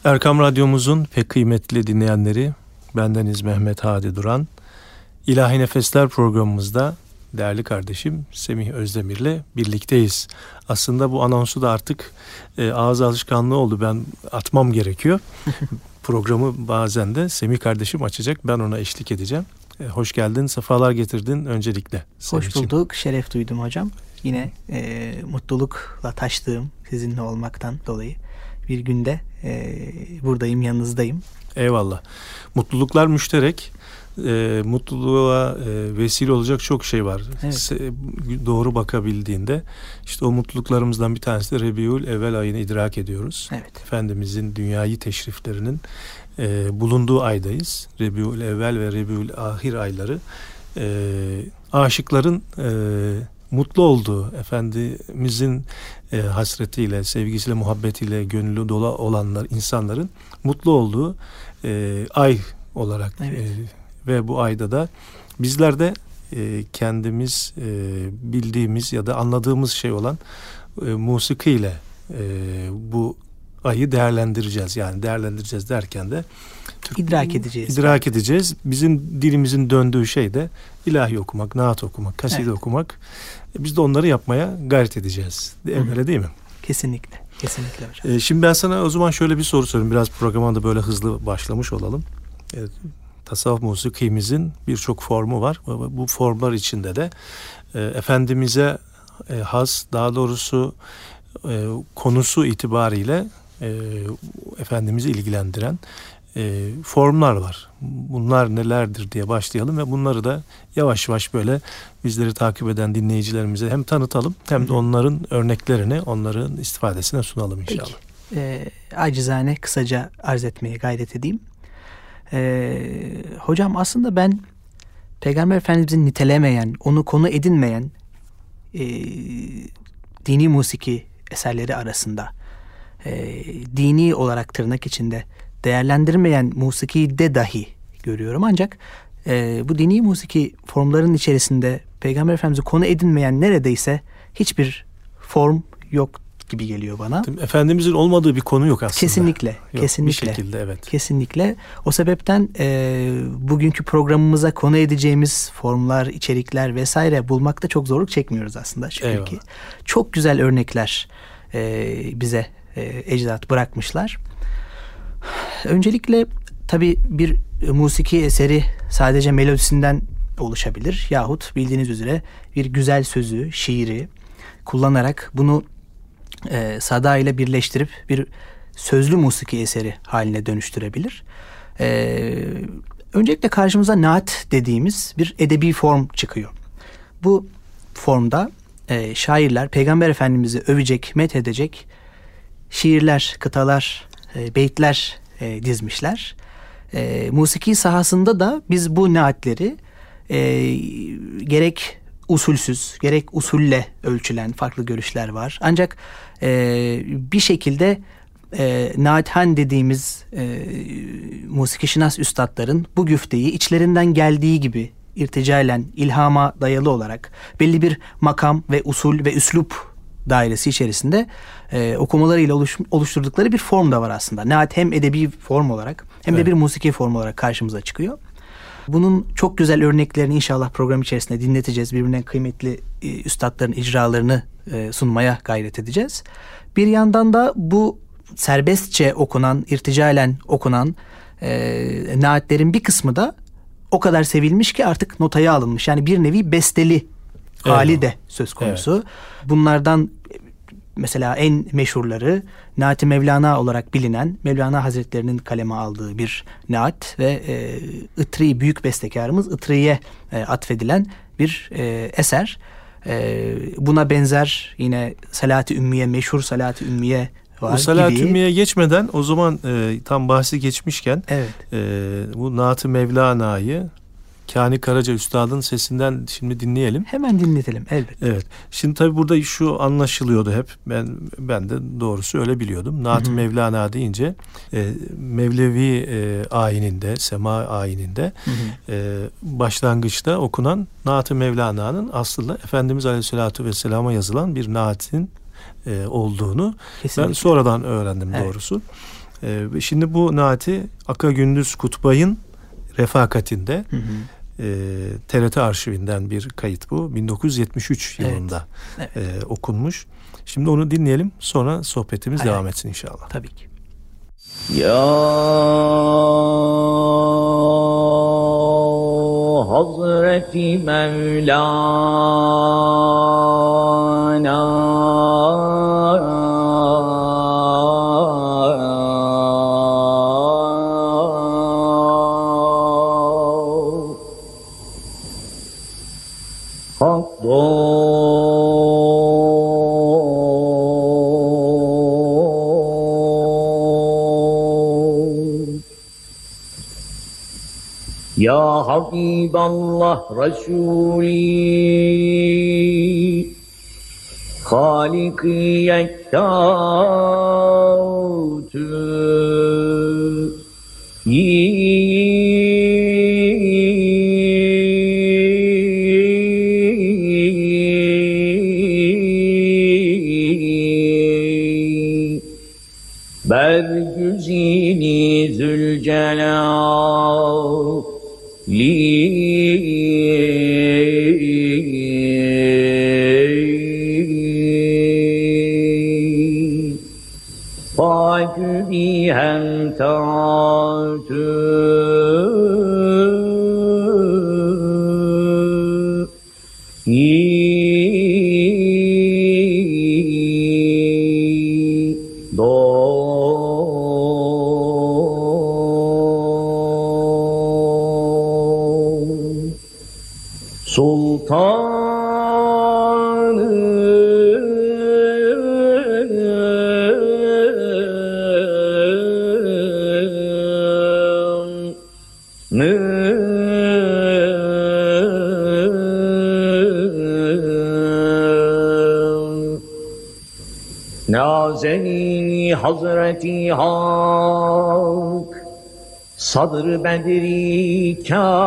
Erkam Radyomuzun pek kıymetli dinleyenleri, bendeniz Mehmet Hadi Duran. İlahi Nefesler programımızda değerli kardeşim Semih Özdemir'le birlikteyiz. Aslında bu anonsu da artık ağız alışkanlığı oldu. Ben atmam gerekiyor. Programı bazen de Semih kardeşim açacak. Ben ona eşlik edeceğim. Hoş geldin, sefalar getirdin öncelikle. Hoş bulduk, şeref duydum hocam. Yine mutlulukla taştığım sizinle olmaktan dolayı bir günde buradayım, yanınızdayım. Eyvallah. Mutluluklar müşterek. Mutluluğa vesile olacak çok şey var. Evet. Doğru bakabildiğinde işte o mutluluklarımızdan bir tanesi de Rebiül Evvel ayını idrak ediyoruz. Evet. Efendimizin dünyayı teşriflerinin bulunduğu aydayız. Rebiül Evvel ve Rebiül Ahir ayları aşıkların mutlu olduğu, Efendimizin hasretiyle, sevgisiyle, muhabbetiyle gönüllü dolu olanlar, insanların mutlu olduğu ay olarak ve bu ayda da bizler de kendimiz bildiğimiz ya da anladığımız şey olan musikiyle bu ayı değerlendireceğiz. Yani değerlendireceğiz derken de İdrak edeceğiz. Bizim dilimizin döndüğü şey de ilahi okumak, naat okumak, kaside okumak. Biz de onları yapmaya gayret edeceğiz. Öyle değil mi? Kesinlikle. Kesinlikle hocam. Şimdi ben sana o zaman şöyle bir soru sorayım. Biraz programa da böyle hızlı başlamış olalım. Tasavvuf musikimizin birçok formu var. Bu formlar içinde de Efendimiz'e has, daha doğrusu konusu itibariyle Efendimiz'i ilgilendiren formlar var. Bunlar nelerdir diye başlayalım ve bunları da yavaş yavaş böyle bizleri takip eden dinleyicilerimize hem tanıtalım hem de onların örneklerini, onların istifadesine sunalım inşallah. Peki. Acizane kısaca arz etmeye gayret edeyim. Hocam aslında ben Peygamber Efendimiz'i nitelemeyen, onu konu edinmeyen dini musiki eserleri arasında dini olarak tırnak içinde değerlendirmeyen musikiyi de dahi görüyorum. Ancak bu dini musiki formlarının içerisinde Peygamber Efendimiz'i konu edinmeyen neredeyse hiçbir form yok gibi geliyor bana. Efendimizin olmadığı bir konu yok aslında. Kesinlikle. Yok, kesinlikle. Bir şekilde evet. Kesinlikle. O sebepten bugünkü programımıza konu edeceğimiz formlar, içerikler vesaire bulmakta çok zorluk çekmiyoruz aslında. Şükür ki. Çok güzel örnekler bize ecdat bırakmışlar. Öncelikle tabii bir musiki eseri sadece melodisinden oluşabilir. Yahut bildiğiniz üzere bir güzel sözü, şiiri kullanarak bunu sada ile birleştirip bir sözlü musiki eseri haline dönüştürebilir. Öncelikle karşımıza naat dediğimiz bir edebi form çıkıyor. Bu formda şairler Peygamber Efendimiz'i övecek, methedecek şiirler, kıtalar, beytler dizmişler. Musiki sahasında da biz bu naatleri gerek usulsüz, gerek usulle ölçülen farklı görüşler var. Ancak bir şekilde naathan dediğimiz musikişinas üstadların bu güfteyi içlerinden geldiği gibi irticalen, ilhama dayalı olarak belli bir makam ve usul ve üslup dairesi içerisinde okumalarıyla oluşturdukları bir form da var aslında. Naat hem edebi form olarak hem de bir musiki form olarak karşımıza çıkıyor. Bunun çok güzel örneklerini inşallah program içerisinde dinleteceğiz. Birbirinden kıymetli üstadların icralarını sunmaya gayret edeceğiz. Bir yandan da bu serbestçe okunan, irticalen okunan naatlerin bir kısmı da o kadar sevilmiş ki artık notaya alınmış. Yani bir nevi besteli hali de söz konusu. Evet. Bunlardan mesela en meşhurları Naat-ı Mevlana olarak bilinen Mevlana Hazretlerinin kaleme aldığı bir naat ve Itri, büyük bestekarımız Itri'ye atfedilen bir eser. Buna benzer yine Salat-ı Ümmiye, meşhur Salat-ı Ümmiye var. O Salat-ı Ümmiye geçmeden o zaman tam bahsi geçmişken bu Naat-ı Mevlana'yı Kani Karaca Üstad'ın sesinden şimdi dinleyelim. Hemen dinletelim elbette. Evet. Şimdi tabii burada şu anlaşılıyordu hep. Ben de doğrusu öyle biliyordum. Naat-ı Mevlana deyince Mevlevi ayininde, sema ayininde başlangıçta okunan Naat-ı Mevlana'nın aslında Efendimiz Aleyhisselatü Vesselam'a yazılan bir naatin olduğunu ben sonradan öğrendim doğrusu. Şimdi bu naati Aka Gündüz Kutbay'ın refakatinde TRT arşivinden bir kayıt bu. 1973 yılında okunmuş. Şimdi onu dinleyelim. Sonra sohbetimiz devam etsin inşallah. Tabii ki. Ya Hazreti Mevlana Hak Ya Habiballah Resulü Halik-i Yektatü Bergüzini Zülcelal Fakü bihem ta'atü Nazenini Hazreti Hak Sadr Bedri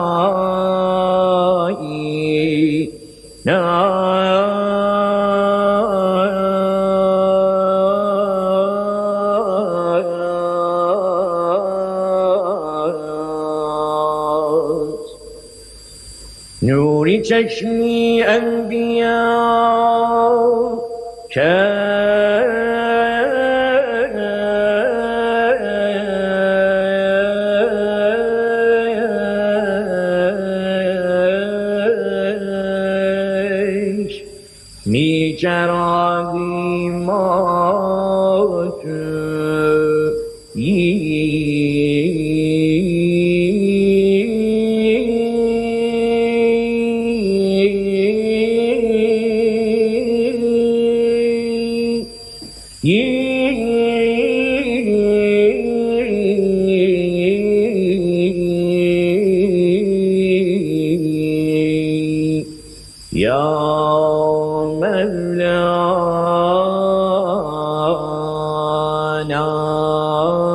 Nuri çeşmi enbiya mi Ya Mevlana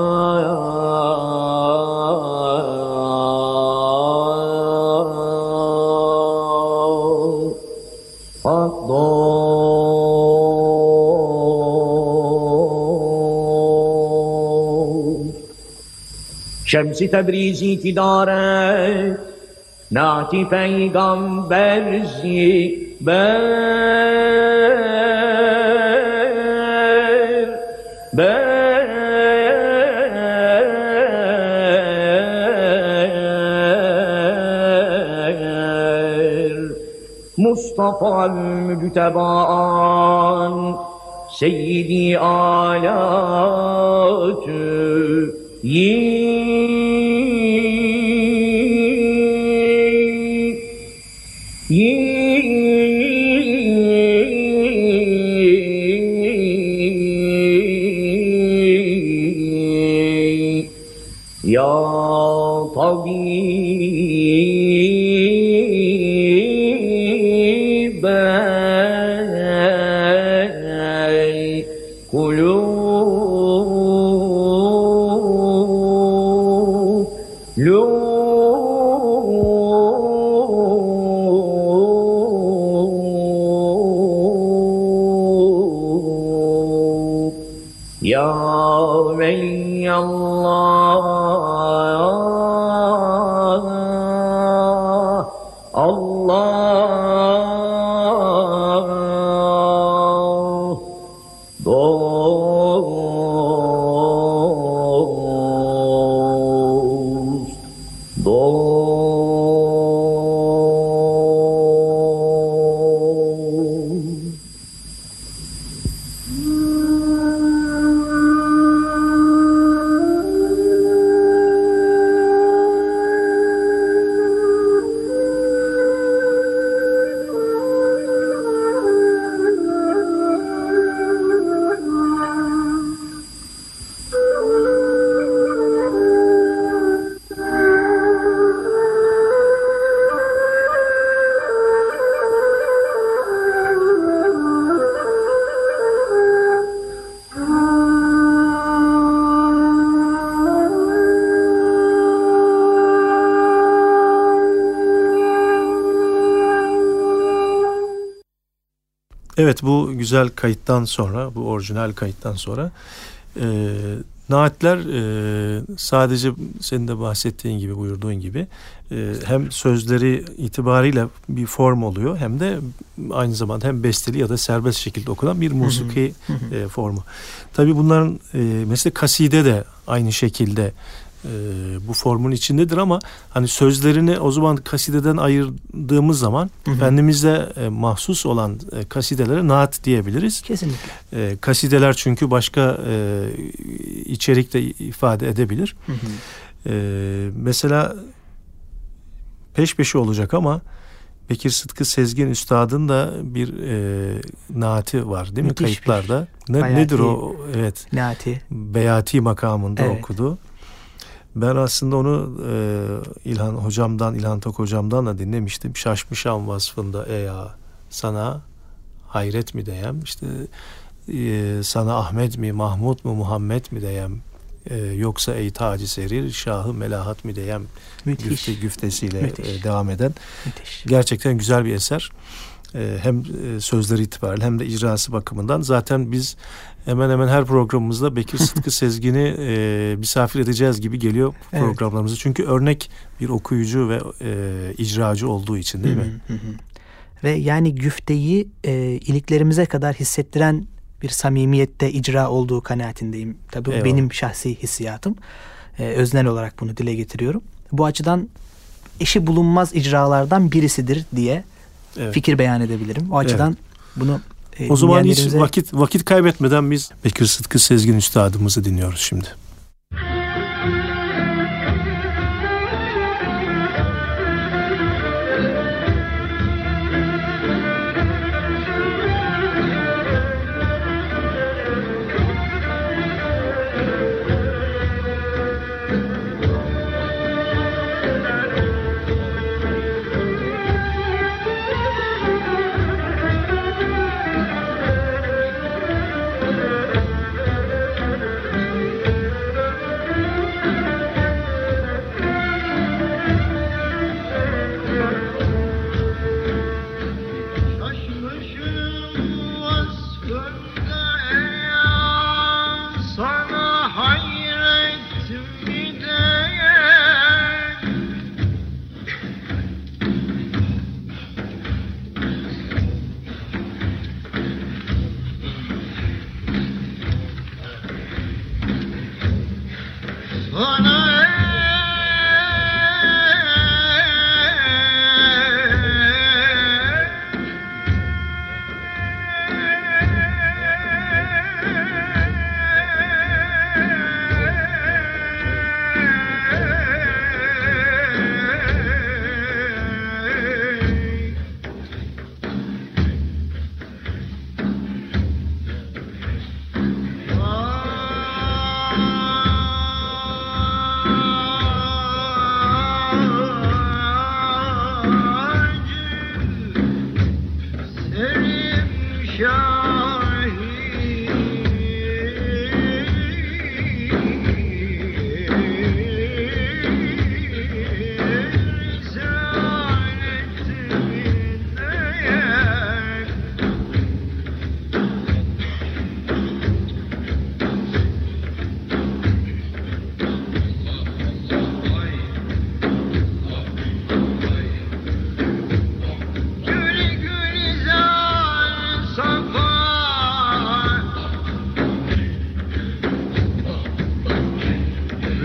Şems-i Tebrizi ki daret Nati peygamber Mustafa Mücteba'an Seyyidi alatü Ya Tabibel Kulub Ya Veliyallah Evet, bu güzel kayıttan sonra, bu orijinal kayıttan sonra naatler sadece senin de bahsettiğin gibi, buyurduğun gibi hem sözleri itibariyle bir form oluyor, hem de aynı zamanda hem besteli ya da serbest şekilde okunan bir musiki formu. Tabii bunların mesela kaside de aynı şekilde bu formun içindedir, ama hani sözlerini o zaman kasideden ayırdığımız zaman Efendimiz'e mahsus olan kasidelere naat diyebiliriz. Kesinlikle. Kasideler çünkü başka içerik de ifade edebilir. Mesela peş peşe olacak ama Bekir Sıtkı Sezgin Üstad'ın da bir naati var değil mi? Müthiş Kayıtlarda. Nedir o? Evet. Naati. Beyati makamında okudu. Ben aslında onu İlhan Tok hocamdan da dinlemiştim. Şaşmışam vasfında eya, sana hayret mi diyem, işte sana Ahmet mi, Mahmud mu, Muhammed mi diyem, yoksa ey tacı serir, şahı melahat mi diyem güftesiyle devam eden. Müthiş. Gerçekten güzel bir eser. Hem sözleri itibariyle hem de icrası bakımından. Zaten biz hemen hemen her programımızda Bekir Sıtkı Sezgin'i misafir edeceğiz gibi geliyor programlarımızda. Çünkü örnek bir okuyucu ve icracı olduğu için, değil mi? Ve yani güfteyi iliklerimize kadar hissettiren bir samimiyette icra olduğu kanaatindeyim. Tabii bu benim şahsi hissiyatım. Öznel olarak bunu dile getiriyorum. Bu açıdan eşi bulunmaz icralardan birisidir diye fikir beyan edebilirim. O açıdan bunu o zaman hiç vakit kaybetmeden biz Bekir Sıtkı Sezgin Üstadımızı dinliyoruz şimdi.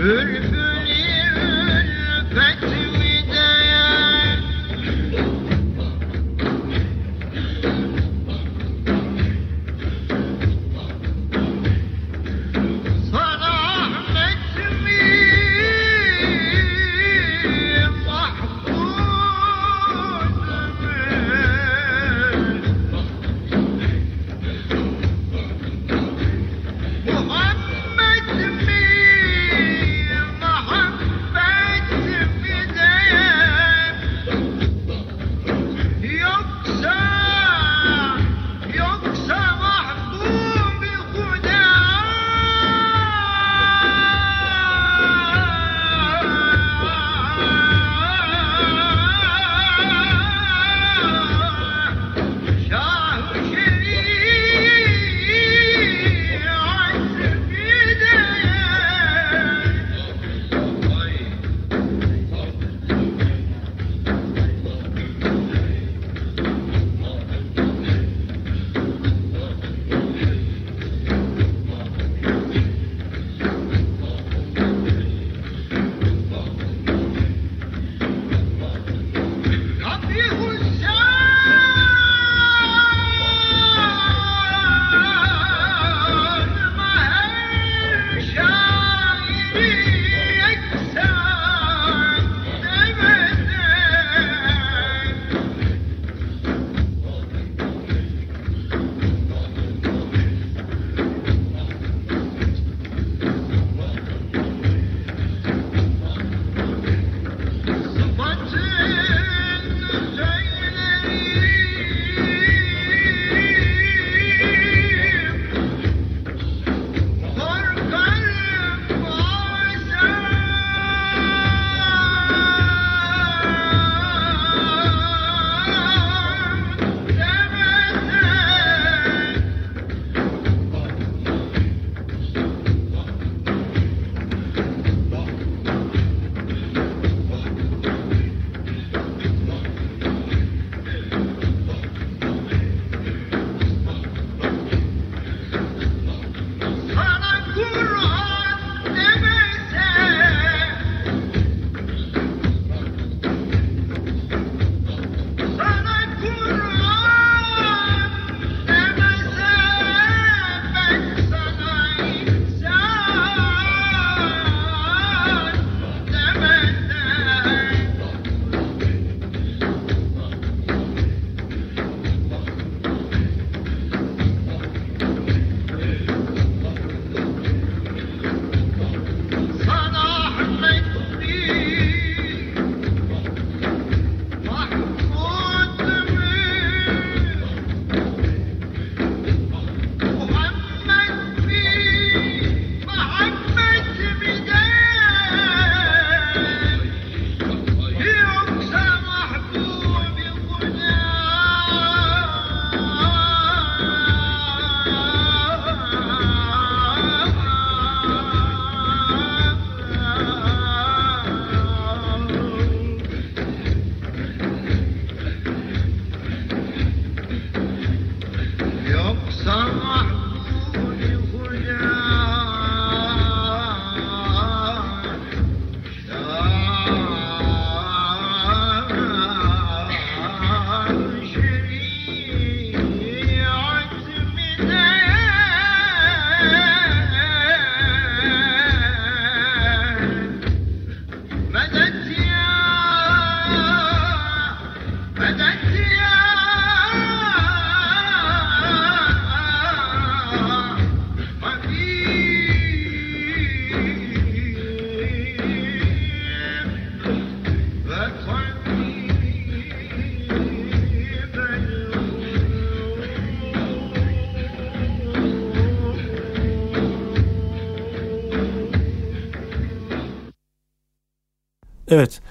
Evet,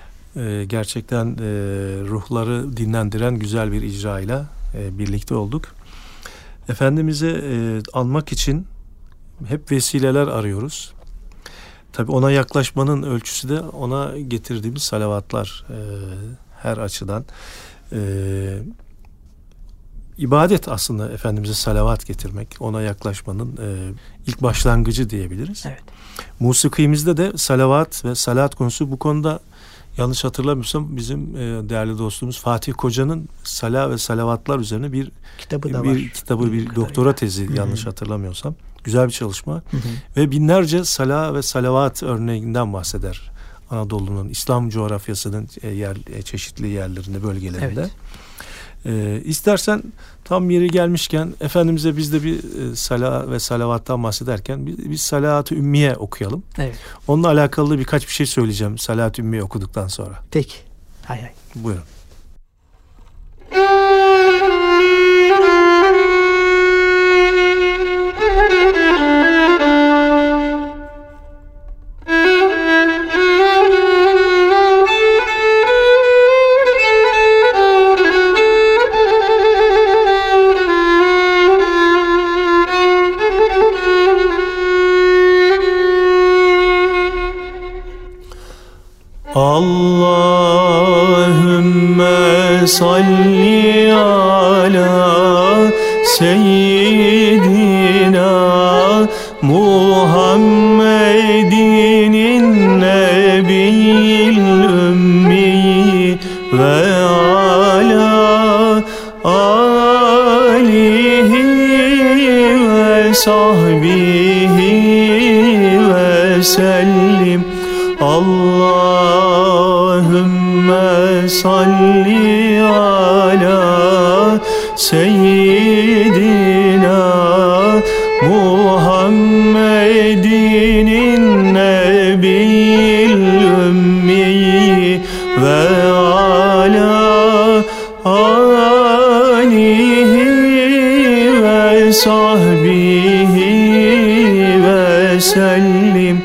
gerçekten ruhları dinlendiren güzel bir icrayla birlikte olduk. Efendimiz'e anmak için hep vesileler arıyoruz. Tabii ona yaklaşmanın ölçüsü de ona getirdiğimiz salavatlar her açıdan. ibadet aslında Efendimiz'e salavat getirmek, ona yaklaşmanın ilk başlangıcı diyebiliriz. Evet. Musikimizde de salavat ve salat konusu bu konuda, yanlış hatırlamıyorsam bizim değerli dostumuz Fatih Koca'nın sala ve salavatlar üzerine bir kitabı, bir doktora tezi, yanlış hatırlamıyorsam. Güzel bir çalışma. Ve binlerce sala ve salavat örneğinden bahseder. Anadolu'nun, İslam coğrafyasının çeşitli yerlerinde, bölgelerinde. İstersen tam yeri gelmişken Efendimiz'e biz de bir sala ve salavattan bahsederken biz Salat-ı Ümmiye okuyalım. Evet. Onunla alakalı birkaç bir şey söyleyeceğim Salat-ı Ümmiye okuduktan sonra. Peki. Hay hay. Buyurun. Allahümme salli ala seyyidina Muhammedin nebiyil ümmi ve ala alihi ve sahbihi ve sellim. Allahümme salli ala seyyidina Muhammedin nebiyil ümmi ve ala alihi ve sahbihi ve sellim.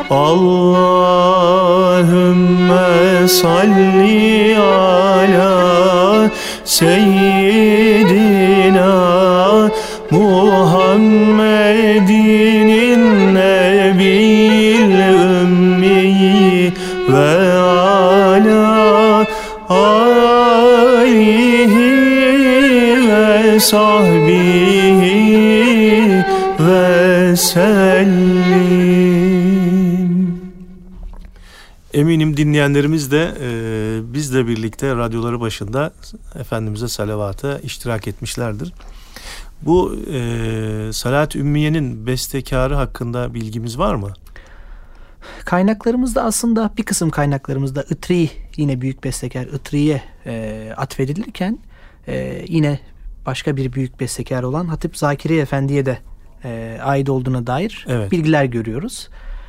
Allahümme salli ala seyyidina Muhammedin nebiyil ümmi ve ala alihi ve sahbihi ve sellim. Eminim dinleyenlerimiz de bizle birlikte radyoları başında Efendimiz'e salavata iştirak etmişlerdir. Bu Salat-ı Ümmiye'nin bestekarı hakkında bilgimiz var mı? Kaynaklarımızda aslında bir kısım kaynaklarımızda Itri, yine büyük bestekar Itri'ye atfedilirken yine başka bir büyük bestekar olan Hatip Zakiri Efendi'ye de ait olduğuna dair bilgiler görüyoruz.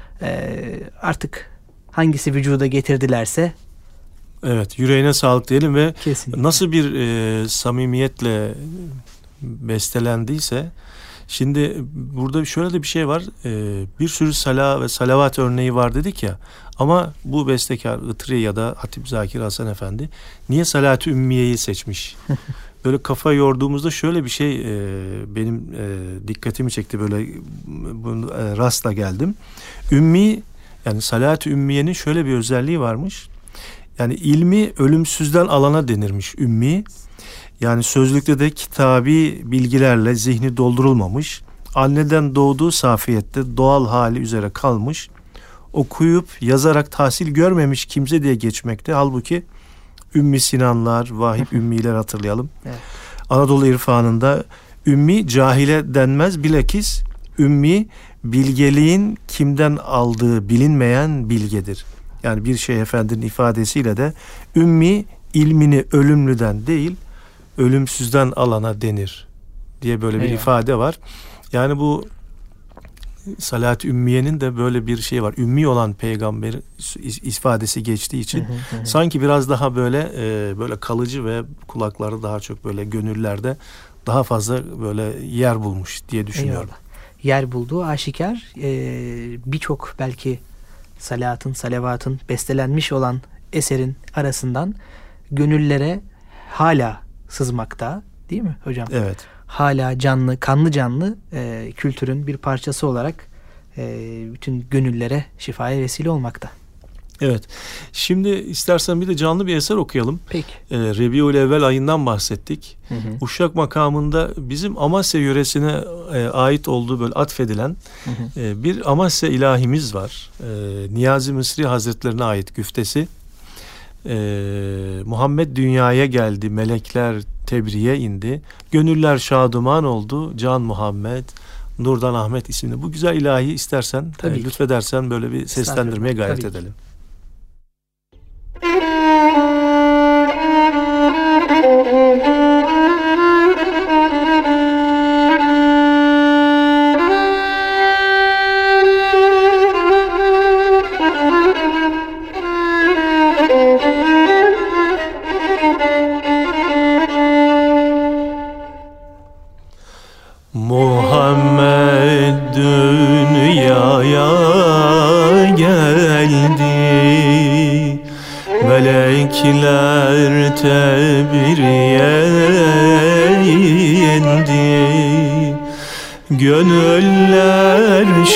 Artık hangisi vücuda getirdilerse. Evet, yüreğine sağlık diyelim ve kesinlikle. Nasıl bir samimiyetle bestelendiyse. Şimdi burada şöyle de bir şey var. Bir sürü sala ve salavat örneği var dedik ya. Ama bu bestekar Itri ya da Hatip Zakir Hasan Efendi niye Salat-ı Ümmiye'yi seçmiş? Böyle kafa yorduğumuzda şöyle bir şey benim dikkatimi çekti. Böyle rastla geldim. Ümmi, yani Salat-ı Ümmiye'nin şöyle bir özelliği varmış. Yani ilmi ölümsüzden alana denirmiş ümmi. Yani sözlükte de kitabi bilgilerle zihni doldurulmamış. Anneden doğduğu safiyette doğal hali üzere kalmış. Okuyup yazarak tahsil görmemiş kimse diye geçmekte. Halbuki Ümmü Sinanlar, Vahip Ümmiler hatırlayalım. Evet. Anadolu irfanında ümmi cahile denmez, bilakis ümmi bilgeliğin kimden aldığı bilinmeyen bilgedir. Yani bir Şeyh Efendi'nin ifadesiyle de ümmi ilmini ölümlüden değil ölümsüzden alana denir diye böyle bir ifade var. Yani bu Salat-ı Ümmiye'nin de böyle bir şey var. Ümmi olan peygamber ifadesi geçtiği için sanki biraz daha böyle kalıcı ve kulakları daha çok böyle gönüllerde daha fazla böyle yer bulmuş diye düşünüyorum. Eyvallah. Yer bulduğu aşikar. Birçok belki salatın, salavatın bestelenmiş olan eserin arasından gönüllere hala sızmakta, değil mi hocam? Evet. Hala canlı, kanlı canlı kültürün bir parçası olarak bütün gönüllere şifaya vesile olmakta. Evet. Şimdi istersen bir de canlı bir eser okuyalım. Peki. Rebiülevvel ayından bahsettik. Hı hı. Uşak makamında bizim Amasya yöresine ait olduğu böyle atfedilen bir Amasya ilahimiz var. Niyazi Mısri Hazretlerine ait güftesi. Muhammed dünyaya geldi, melekler tebriğe indi. Gönüller şaduman oldu, can Muhammed, Nurdan Ahmet isimli. Bu güzel ilahi istersen lütfedersen böyle bir seslendirmeye gayret edelim. Muhammed dünyaya geldi, melekler tebriğe indi. Gönüller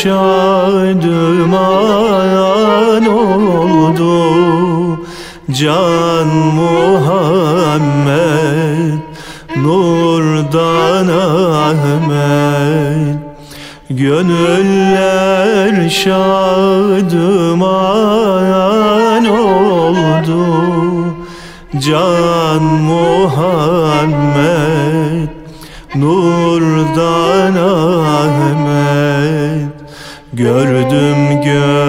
şaduman oldu, can Muhammed, Nurdan Ahmet. Gönüller şaduman oldu, can Muhammed, Nurdan Ahmet. Gördüm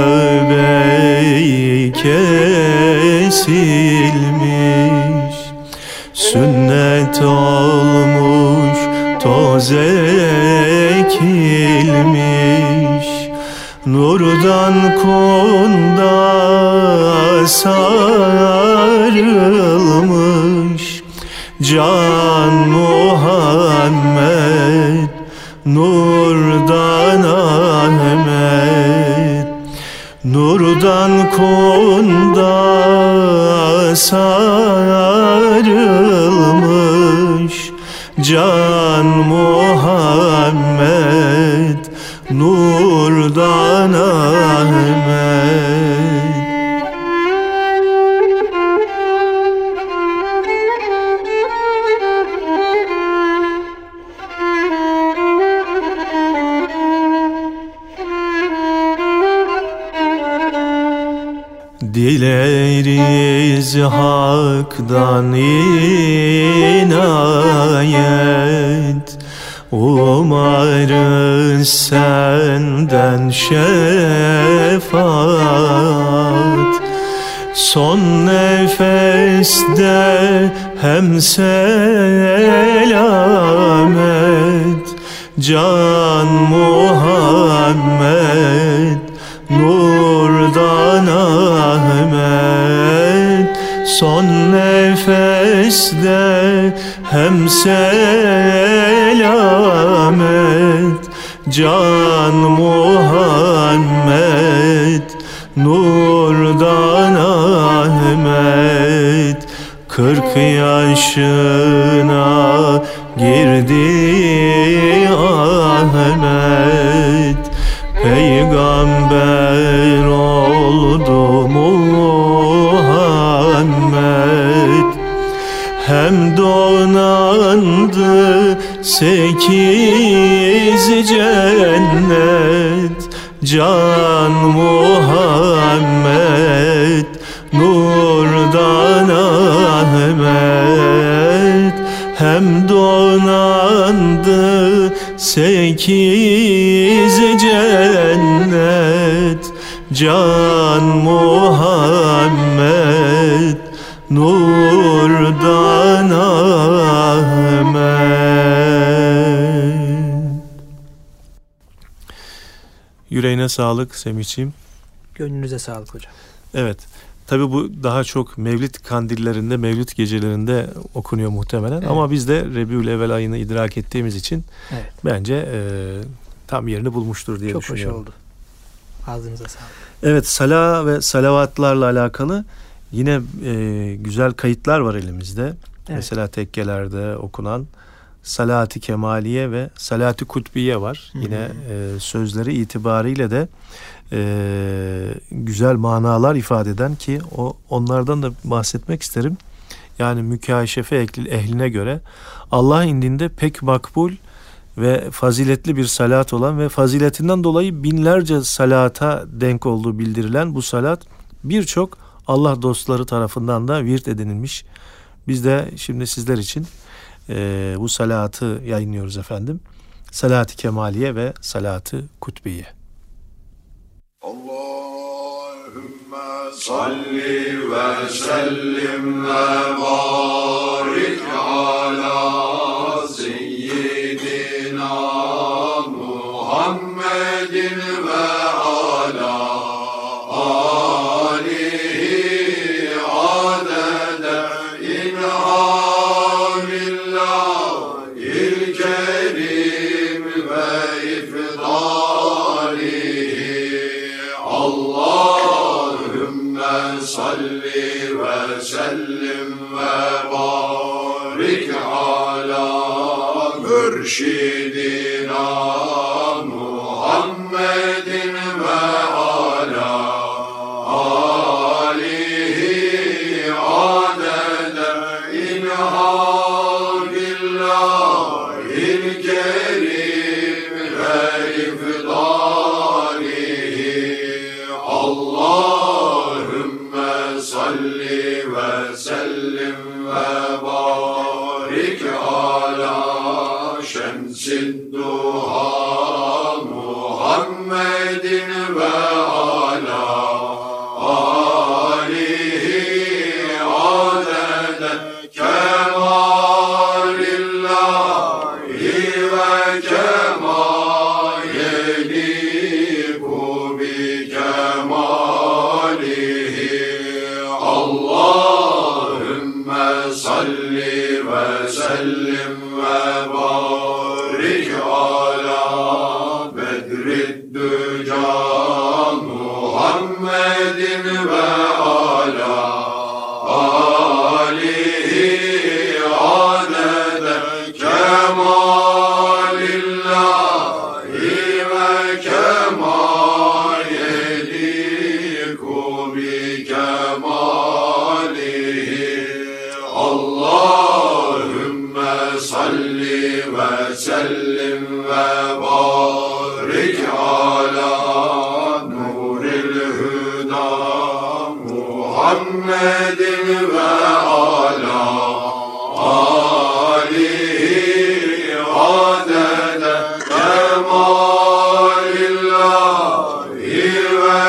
göbeği kesilmiş, sünnet olmuş, toz ekilmiş. Nurdan kunda sarılmış, can Muhammed, Nurdan Ahmet. Nurdan kunda sarılmış, can Muhammed, Nurdan Ahmet. Dileriz haktan inayet, umarız senden şefaat. Son nefeste hem selamet, can Muhammed, Nurdan Ahmet. Son nefeste hem selamet, can Muhammed, Nurdan Ahmet. 40 yaşına girdi Ahmet, peygamber oldu Muhammed. Hem donandı 8 cennet, can Muhammed, Nurdan Ahmet. Hem donandı 8 cennet, can Muhammed, Nurdan Ahmet. Yüreğine sağlık Semih'ciğim. Gönlünüze sağlık hocam. Evet. Tabii bu daha çok Mevlid kandillerinde, Mevlid gecelerinde okunuyor muhtemelen. Evet. Ama biz de Rebiülevvel ayını idrak ettiğimiz için bence tam yerini bulmuştur diye düşünüyorum. Çok hoş oldu. Ağzınıza sağlık. Evet, sala ve salavatlarla alakalı yine güzel kayıtlar var elimizde. Evet. Mesela tekkelerde okunan salat-ı kemaliye ve salat-ı kutbiye var. Yine sözleri itibariyle de güzel manalar ifade eden ki onlardan da bahsetmek isterim. Yani mükaşefe ehline göre Allah indinde pek makbul ve faziletli bir salat olan ve faziletinden dolayı binlerce salata denk olduğu bildirilen bu salat birçok Allah dostları tarafından da virt edinilmiş. Biz de şimdi sizler için bu salatı yayınlıyoruz efendim. Salat-ı Kemaliye ve Salat-ı Kutbiye. Allahümme salli ve sellim ve barik ala seyyidina Muhammedin ve ala alihi adede inhamillahil kerim ve ifdalihi. Allahümme salli ve sellim ve barik ala mürşidina Muhammedin ve ala alihi adede inhamillahil kerim ve ifdalihi. Allahümme salli ve sellim ve barik ala şemsid duha Muhammedin ve ala alihi adede kemalillahi ve kemayeliku bi kemalihi. Allahümme salli ve sellim ve barik ala bedriddüca Muhammedin ve ala alihi adede kemalillahi ve kemayeliku bi kemalihi. Allahümme salli ve sellim ve barik ala nuril huda Muhammedin ve ala alihi adede kemalillahi ve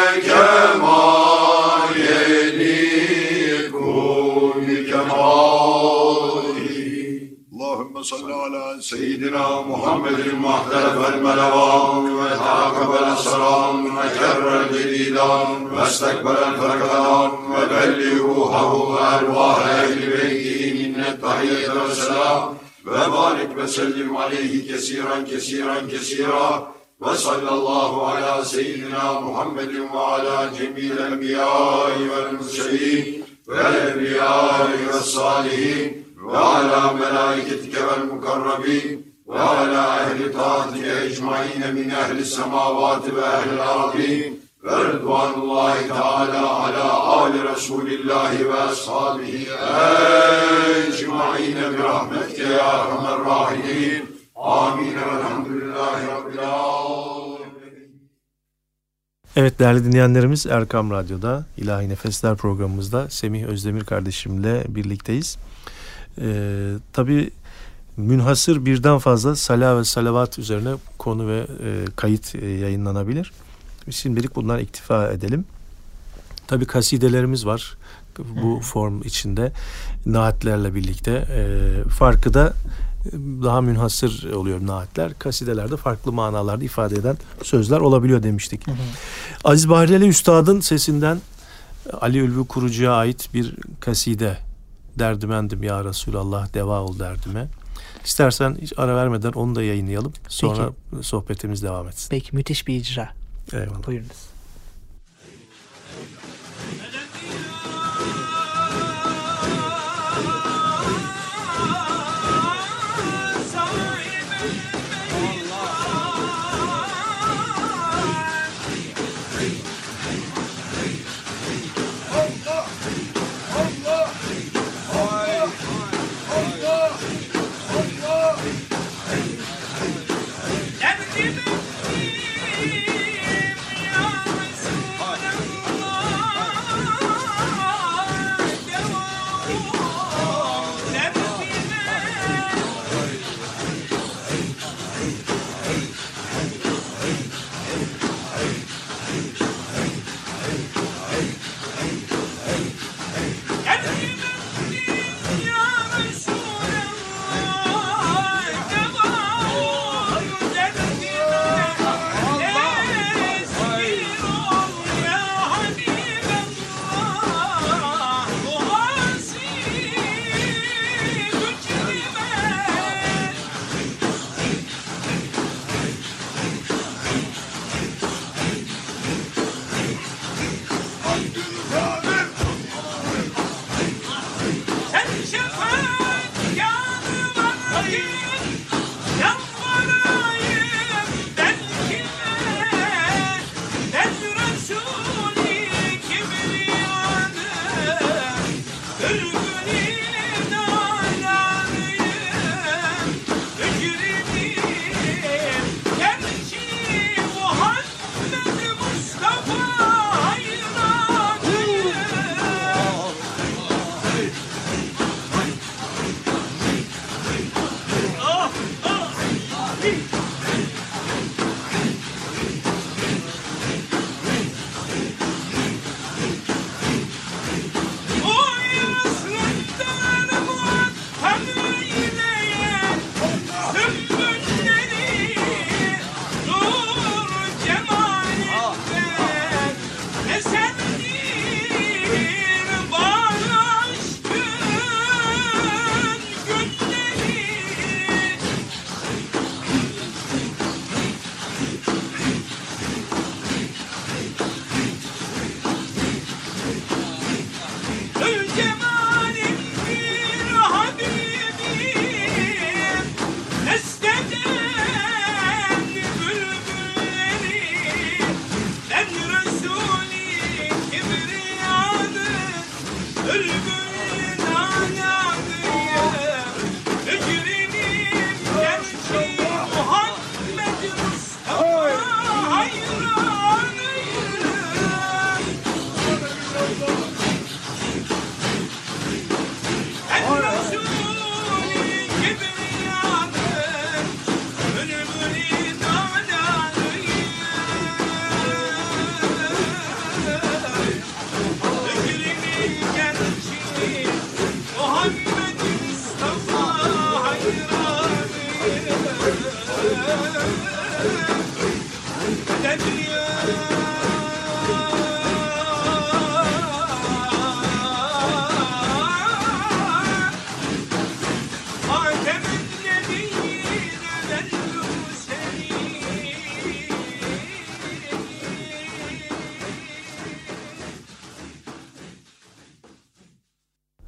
kemayeliku bi kemalihi. Allahümme salli ala seyyidina Muhammedin muhtelefel melevan ve teakabel esran ve kerrel cedidan ve estekbelen ferkadan ve belli ruhahu ve ervah ehli beyti minnet tahiyyete ve selam ve barik ve sellim aleyhi kesiren kesiren kesira ve sallallahu ala seyyidina Muhammedin ve ala cemil enbiyai vel mürselin ve enbiyai ve salihin ve ala melaiketike vel mukarrabin ve ala ehli taatike ecmaine min ehli semavati ve ehli ardin ve rıdvanullahi teala ala ali Resulillahi ve ashabihi ecmaine bi rahmetike ya erhamer rahimin. Amin. Elhamdülillahi Rabbil alemin. Evet değerli dinleyenlerimiz, Erkam Radyo'da İlahi Nefesler programımızda Semih Özdemir kardeşimle birlikteyiz. Tabii münhasır birden fazla salat ve salavat üzerine konu ve kayıt yayınlanabilir. Şimdilik bundan iktifa edelim. Tabii kasidelerimiz var bu form içinde naatlerle birlikte. Farkı da daha münhasır oluyor naatler. Kasidelerde farklı manalarda ifade eden sözler olabiliyor demiştik. Aziz Bahriyeli Üstad'ın sesinden Ali Ülvi Kurucu'ya ait bir kaside. Derdimendim ya Resulallah, deva ol derdime. İstersen hiç ara vermeden onu da yayınlayalım. Sonra sohbetimiz devam etsin. Peki, müthiş bir icra. Eyvallah. Buyurunuz. Sağ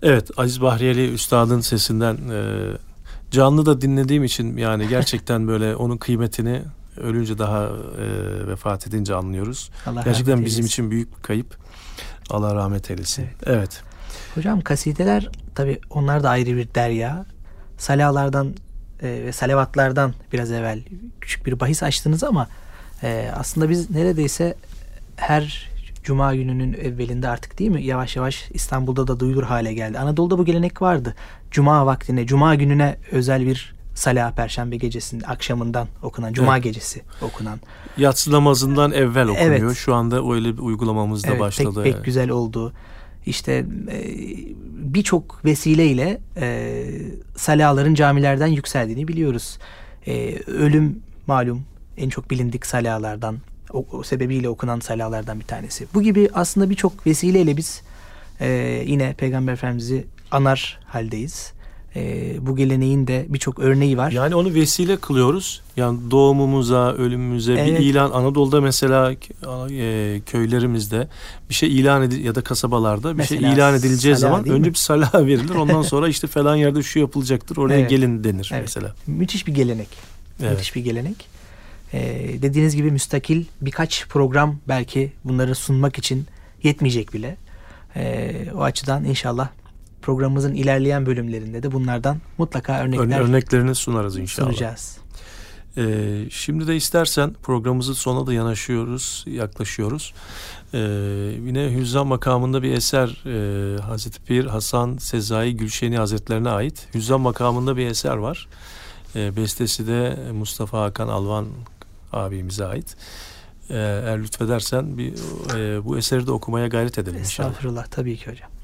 Evet, Aziz Bahriyeli Üstad'ın sesinden canlı da dinlediğim için yani gerçekten böyle onun kıymetini ölünce daha vefat edince anlıyoruz. Allah gerçekten bizim için büyük bir kayıp. Allah rahmet eylesin. Evet. Hocam kasideler tabii onlar da ayrı bir derya. Salalardan ve salavatlardan biraz evvel küçük bir bahis açtınız ama aslında biz neredeyse her Cuma gününün evvelinde artık değil mi? Yavaş yavaş İstanbul'da da duyulur hale geldi. Anadolu'da bu gelenek vardı. Cuma vaktine, Cuma gününe özel bir salah, Perşembe gecesinin akşamından okunan, Cuma gecesi okunan. Yatsı namazından evvel okunuyor. Evet. Şu anda öyle bir uygulamamız da başladı. Pek güzel oldu. İşte birçok vesileyle salaların camilerden yükseldiğini biliyoruz. Ölüm malum en çok bilindik salalardan, o sebebiyle okunan salalardan bir tanesi. Bu gibi aslında birçok vesileyle biz yine Peygamber Efendimiz'i anar haldeyiz. Bu geleneğin de birçok örneği var. Yani onu vesile kılıyoruz. Yani doğumumuza, ölümümüze bir ilan. Anadolu'da mesela köylerimizde bir şey ilan ya da kasabalarda bir mesela şey ilan edileceği zaman önce bir salah verilir. Ondan sonra işte falan yerde şu yapılacaktır. Oraya gelin denir mesela. Müthiş bir gelenek. Evet. Müthiş bir gelenek. Dediğiniz gibi müstakil birkaç program belki bunları sunmak için yetmeyecek bile. O açıdan inşallah programımızın ilerleyen bölümlerinde de bunlardan mutlaka örneklerini sunarız inşallah. Sunacağız. Şimdi de istersen programımızın sonuna da yaklaşıyoruz. Yine Hüzzam makamında bir eser Hazreti Pir Hasan Sezai Gülşeni Hazretlerine ait. Hüzzam makamında bir eser var. Bestesi de Mustafa Hakan Alvan abimize ait. Eğer lütfedersen bu eseri de okumaya gayret edelim inşallah. Estağfurullah, tabii ki hocam.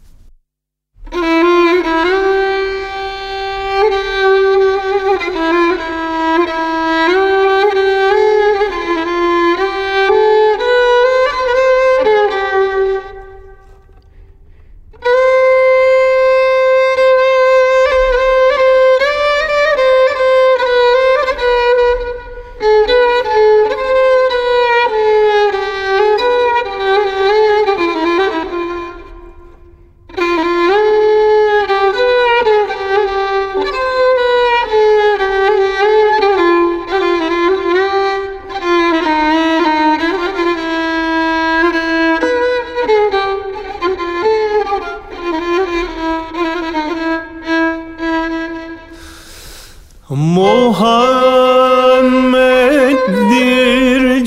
Muhammed'dir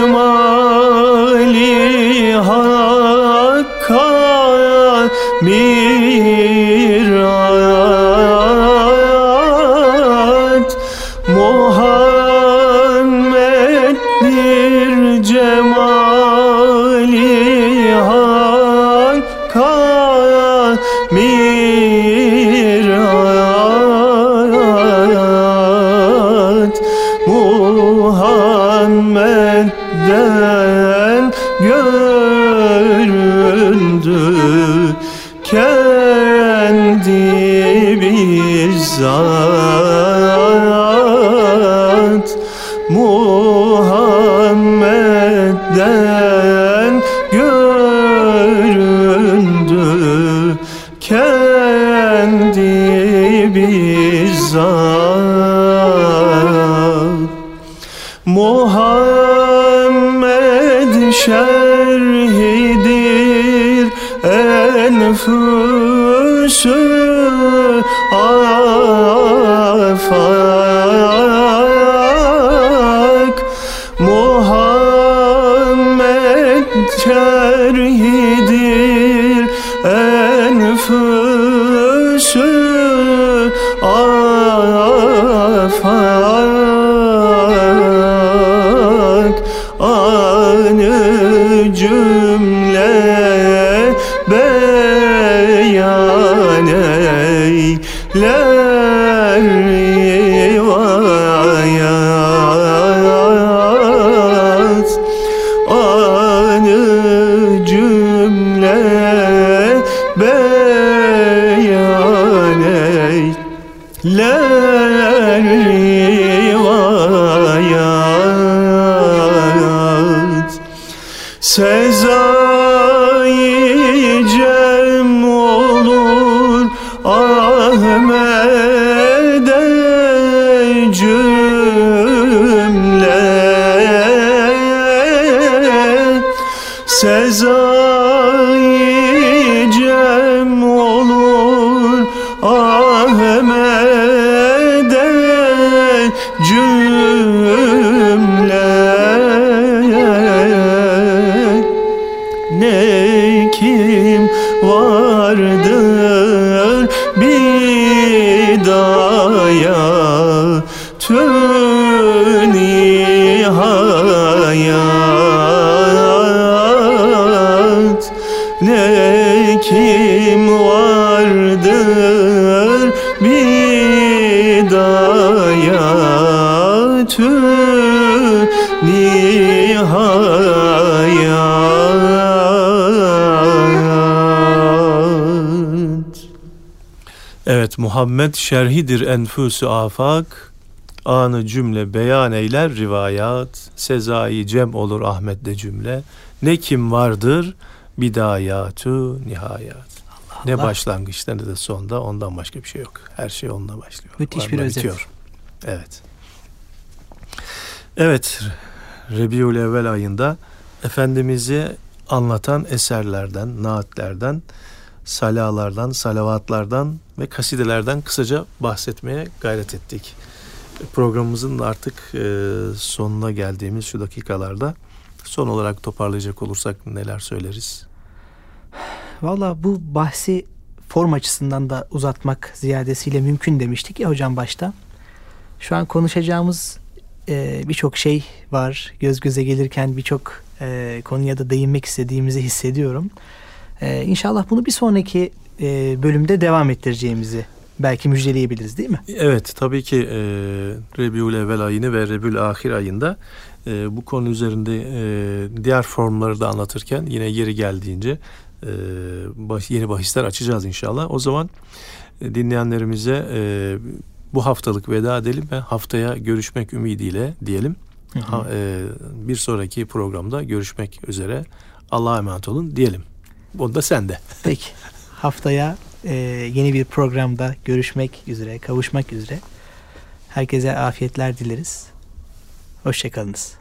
cemali hakka mirat. Muhammed'dir cemali hakka mirat. Muhammed'den göründü kendi bizzat. Muhammed'den göründü kendi bizzat. Muhammed şerhidir enfüsü afak. Muhammed şerhidir enfüsü afak. Anı cümle beyan eyler rivayat. Anı cümle beyan eyler rivayat. Sezai cem olur kim vardır bidayatü nihayat, ne kim vardır bidayatü nihayat. Evet, Muhammed şerhidir enfüsü afak, anı cümle beyan eyler rivayat, sezai cem olur Ahmet'de cümle, ne kim vardır bidayatü nihayat. Ne başlangıçta ne de sonda, ondan başka bir şey yok. Her şey onunla başlıyor. Müthiş bir özet. Bitiyor. Evet. Evet, Rebiül Evvel ayında Efendimiz'i anlatan eserlerden, naatlerden, salalardan, salavatlardan ve kasidelerden kısaca bahsetmeye gayret ettik. Programımızın artık sonuna geldiğimiz şu dakikalarda son olarak toparlayacak olursak neler söyleriz? Valla bu bahsi form açısından da uzatmak ziyadesiyle mümkün demiştik ya hocam başta. Şu an konuşacağımız birçok şey var. Göz göze gelirken birçok konuya da değinmek istediğimizi hissediyorum. İnşallah bunu bir sonraki bölümde devam ettireceğimizi belki müjdeleyebiliriz, değil mi? Evet, tabii ki Rebiül Evvel ayını ve Rebiül Ahir ayında bu konu üzerinde diğer formları da anlatırken yine yeri geldiğince yeni bahisler açacağız inşallah. O zaman dinleyenlerimize bu haftalık veda edelim ve haftaya görüşmek ümidiyle diyelim. Bir sonraki programda görüşmek üzere. Allah'a emanet olun diyelim. Onu da sende. Peki. Haftaya yeni bir programda görüşmek üzere, kavuşmak üzere. Herkese afiyetler dileriz. Hoşçakalınız.